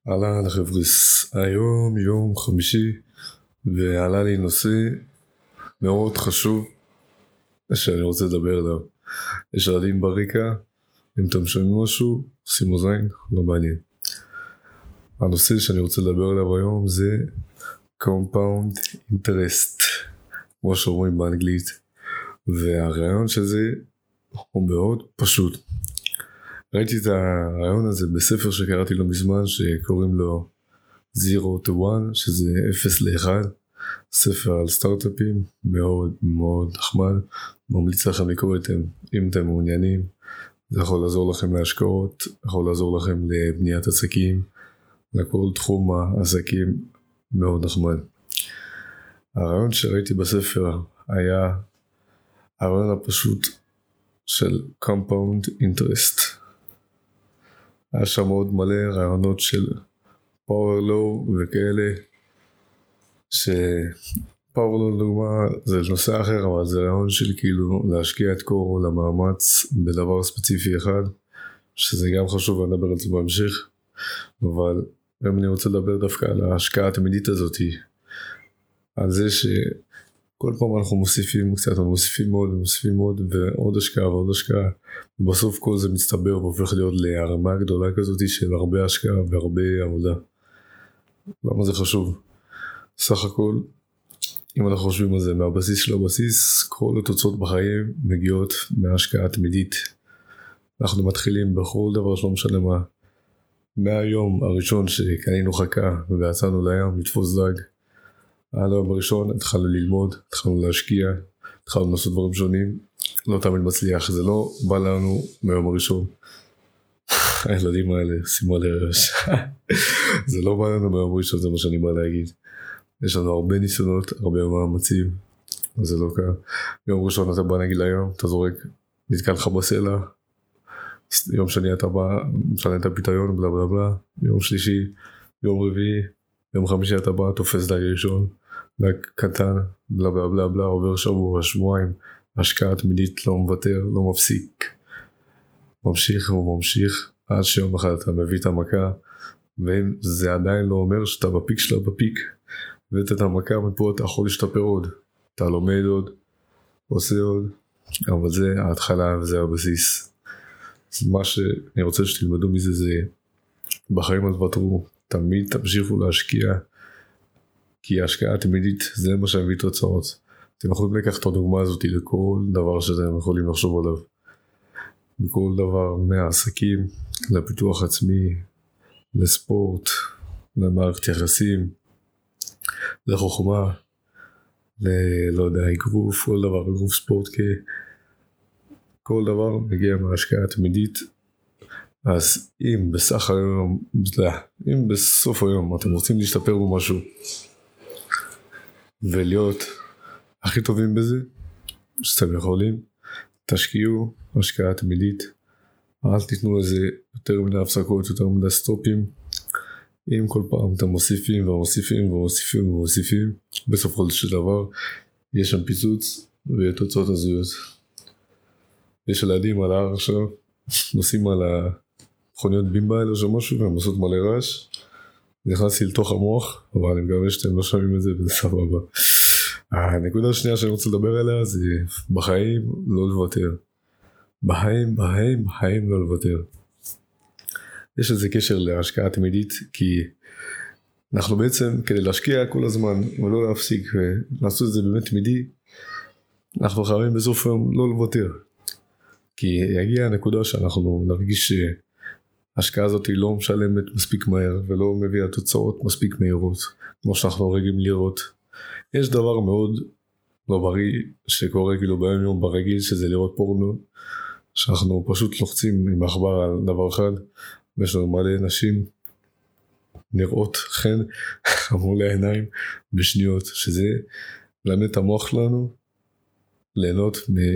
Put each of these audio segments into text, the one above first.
אהלן חבר'ס, היום יום חמישי ועלה לי נושא מאוד חשוב שאני רוצה לדבר עליו. יש ילדים ברקע, אם אתם שומעים משהו, שימו זין, לא מעניין. הנושא שאני רוצה לדבר עליו היום זה compound interest, כמו שאומרים באנגלית, והרעיון של זה הוא מאוד פשוט. ראיתי את הרעיון הזה בספר שקראתי לו מזמן, שקוראים לו 0 to 1, שזה 0 ל-1, ספר על סטארט-אפים, מאוד מאוד נחמד, ממליץ לכם לקרוא אתם, אם אתם מעוניינים. זה יכול לעזור לכם להשקעות, יכול לעזור לכם לבניית עסקים, לכל תחום העסקים, מאוד נחמד. הרעיון שראיתי בספר היה הרעיון הפשוט של compound interest. היה שם עוד מלא רעיונות של power law וכאלה, שpower law לדוגמה זה נושא אחר, אבל זה רעיון של כאילו להשקיע את כל המאמץ בדבר ספציפי אחד, שזה גם חשוב ונדבר על זה בהמשך. אבל גם אני רוצה לדבר דווקא על ההשקעה התמידית הזאת, על זה שכל פעם אנחנו מוסיפים קצת, מוסיפים מאוד ועוד השקעה ועוד השקעה, ובסוף כל זה מצטבר והופך להיות להרמה גדולה כזאת של הרבה השקעה והרבה עבודה. למה זה חשוב? סך הכל, אם אנחנו חושבים על זה מהבסיס של הבסיס, כל התוצאות בחיים מגיעות מההשקעה התמידית. אנחנו מתחילים בכל דבר שלא משנה מה. מהיום הראשון שקנינו חכה ויצאנו לים לתפוס דג, על היום הראשון התחלנו ללמוד, התחלנו להשקיע, התחלנו לעשות דברים שונים, לא תמיד מצליח, זה לא בא לנו מהיום הראשון. הילדים האלה, שימו לראש. זה לא בא לנו מהיום הראשון, זה מה שאני בא להגיד. יש לנו הרבה ניסיונות, הרבה מאמצים, זה לא קל. יום ראשון אתה בא נגיד ליום, אתה זורק, נתקע לך בסלע, יום שני אתה בא, משנה את הפיתיון, בלה בלה בלה, יום שלישי, יום רביעי, יום חמישי אתה בא, תופס דג ראשון, דג קטן, בלה בלה בלה בלה, עובר שבוע, שבועיים, השקעה תמידית, לא מוותר, לא מפסיק, ממשיך וממשיך, עד שיום אחד אתה מביא את המכה, וזה עדיין לא אומר שאתה בפיק שלה בפיק, ואת המכה מפה אתה יכול להשתפר עוד, אתה לומד עוד, עושה עוד, אבל זה ההתחלה וזה הבסיס. מה שאני רוצה שתלמדו מזה זה, בחיים אל תוותרו, תמיד תמשיכו להשקיע, כי ההשקעה התמידית זה מה שמביא תוצאות. אתם יכולים לקחת את הדוגמה הזאת לכל דבר שאתם יכולים לחשוב עליו. בכל דבר, מהעסקים, לפיתוח עצמי, לספורט, למערכת יחסים, לחוכמה, לא יודע, אגרוף, כל דבר, אגרוף ספורט, כל דבר מגיע מההשקעה התמידית. אז אם בסך היום, אם בסוף היום אתם רוצים להשתפר במשהו ולהיות הכי טובים בזה שאתם יכולים, תשקיעו השקעה תמידית, אל תיתנו לזה יותר מדי הפסקות, יותר מדי סטופים. אם כל פעם אתם מוסיפים ומוסיפים ומוסיפים ומוסיפים, בסופו של דבר יש שם פיצוץ ויש תוצאות הזויות. יש ילדים על ההר עכשיו, נוסעים על מכוניות בימבה האלה או משהו, והם עושות מלא רעש, נכנסתי לתוך המוח, אבל אני מקווה שאתם לא שומעים את זה וזה סבבה. הנקודה השנייה שאני רוצה לדבר עליה זה בחיים לא לוותר. בחיים לא לוותר. יש איזה קשר להשקעה תמידית, כי אנחנו בעצם כדי להשקיע כל הזמן ולא להפסיק ולעשות את זה באמת תמידי, אנחנו חייבים בסוף היום לא לוותר. כי יגיע הנקודה שאנחנו נרגיש שההשקעה הזאת היא לא משלמת מספיק מהר ולא מביאה תוצאות מספיק מהירות, כמו שאנחנו רגילים לראות. יש דבר מאוד לא בריא שקורה כאילו ביום יום ברגיל, שזה לראות פורנו, שאנחנו פשוט לוחצים עם עכבר על דבר אחד, ויש לנו מלא נשים נראות חן מול העיניים בשניות, שזה מלמד את המוח שלנו ליהנות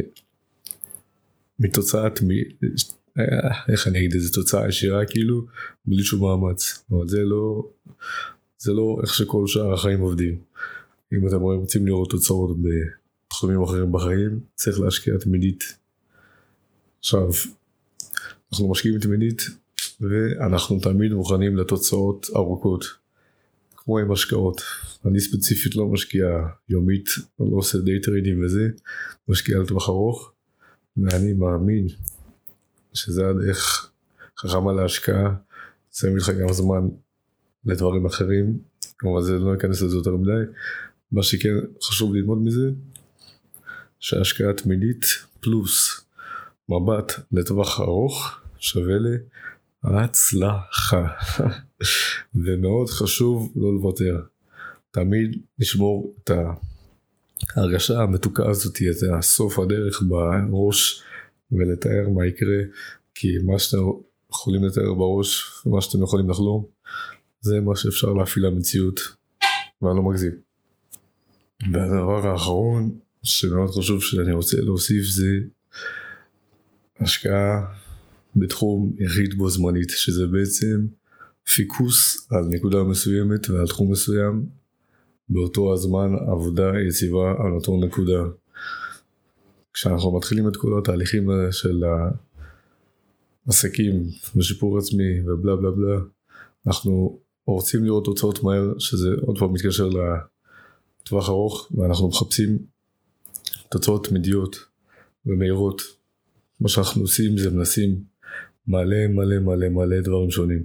מתוצאת, איך אני אגיד, איזו תוצאה ישירה כאילו, בלי שום מאמץ. אבל זה לא איך שכל שאר החיים עובדים. אם אתם רוצים לראות תוצאות בתחומים אחרים בחיים, צריך להשקיע תמידית. עכשיו, אנחנו משקיעים תמידית ואנחנו תמיד מוכנים לתוצאות ארוכות, כמו עם השקעות. אני ספציפית לא משקיע יומית, לא עושה דיי טריידים וזה, משקיע על טווח ארוך, ואני מאמין שזה הדרך חכמה להשקעה, שמים לך גם זמן לדברים אחרים, אבל זה לא ניכנס לזה יותר מדי. מה שכן חשוב ללמוד מזה, שההשקעה תמידית פלוס מבט לטווח ארוך שווה להצלחה. ומאוד חשוב לא לוותר, תמיד לשמור את ההרגשה המתוקה הזאת, את הסוף הדרך בראש, ולתאר מה יקרה, כי מה שאתם יכולים לתאר בראש ומה שאתם יכולים לחלום, זה מה שאפשר להפעיל למציאות, ואני לא מגזים. והדבר האחרון שמאוד חשוב שאני רוצה להוסיף, זה השקעה בתחום יחיד בו זמנית, שזה בעצם פיקוס על נקודה מסוימת ועל תחום מסוים, באותו הזמן עבודה יציבה על אותו נקודה. כשאנחנו מתחילים את כל התהליכים של העסקים ושיפור עצמי ובלה בלה בלה, אנחנו רוצים לראות תוצאות מהר, שזה עוד פעם מתקשר לטווח ארוך, ואנחנו מחפשים תוצאות תמידיות ומהירות. מה שאנחנו עושים זה מנסים מלא מלא מלא מלא דברים שונים,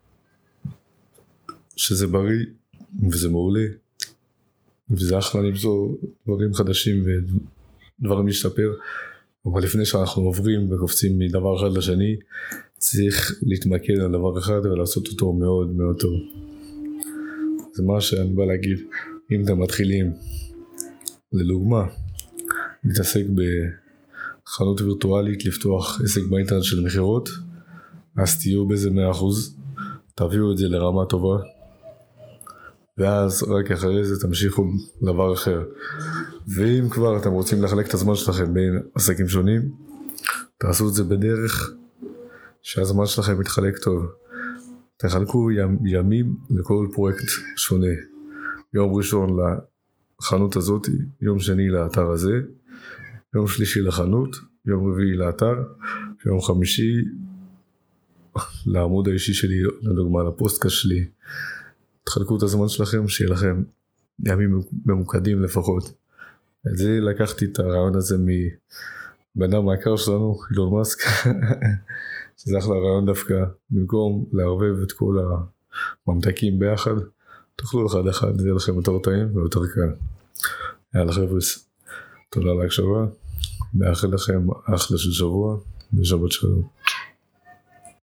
שזה בריא וזה מעולה, וזה אחלה למצוא דברים חדשים ודברים להשתפר, אבל לפני שאנחנו עוברים וקופצים מדבר אחד לשני, צריך להתמקד על דבר אחד ולעשות אותו מאוד מאוד טוב. זה מה שאני בא להגיד, אם אתם מתחילים לדוגמה להתעסק בחנות וירטואלית, לפתוח עסק באינטרנט של מחירות, אז תהיו בזה 100%, תביאו את זה לרמה טובה, ואז רק אחרי זה תמשיכו לדבר אחר. ואם כבר אתם רוצים לחלק את הזמן שלכם בין עסקים שונים, תעשו את זה בדרך שהזמן שלכם מתחלק טוב. תחלקו ימים לכל פרויקט שונה. יום ראשון לחנות הזאת, יום שני לאתר הזה, יום שלישי לחנות, יום רביעי לאתר, יום חמישי לעמוד האישי שלי, לדוגמה לפוסטקאסט שלי. תחלקו את הזמן שלכם, שיהיה לכם ימים ממוקדים לפחות. את זה לקחתי את הרעיון הזה מבן אדם העיקר שלנו, אילון מאסק, שזה אחלה רעיון דווקא, במקום לערבב את כל הממתקים ביחד, תאכלו אחד אחד, זה יהיה לכם יותר טעים ויותר קל. יאללה חבר'ס, תודה על ההקשבה, מאחל לכם אחלה של שבוע, ושבת שלום.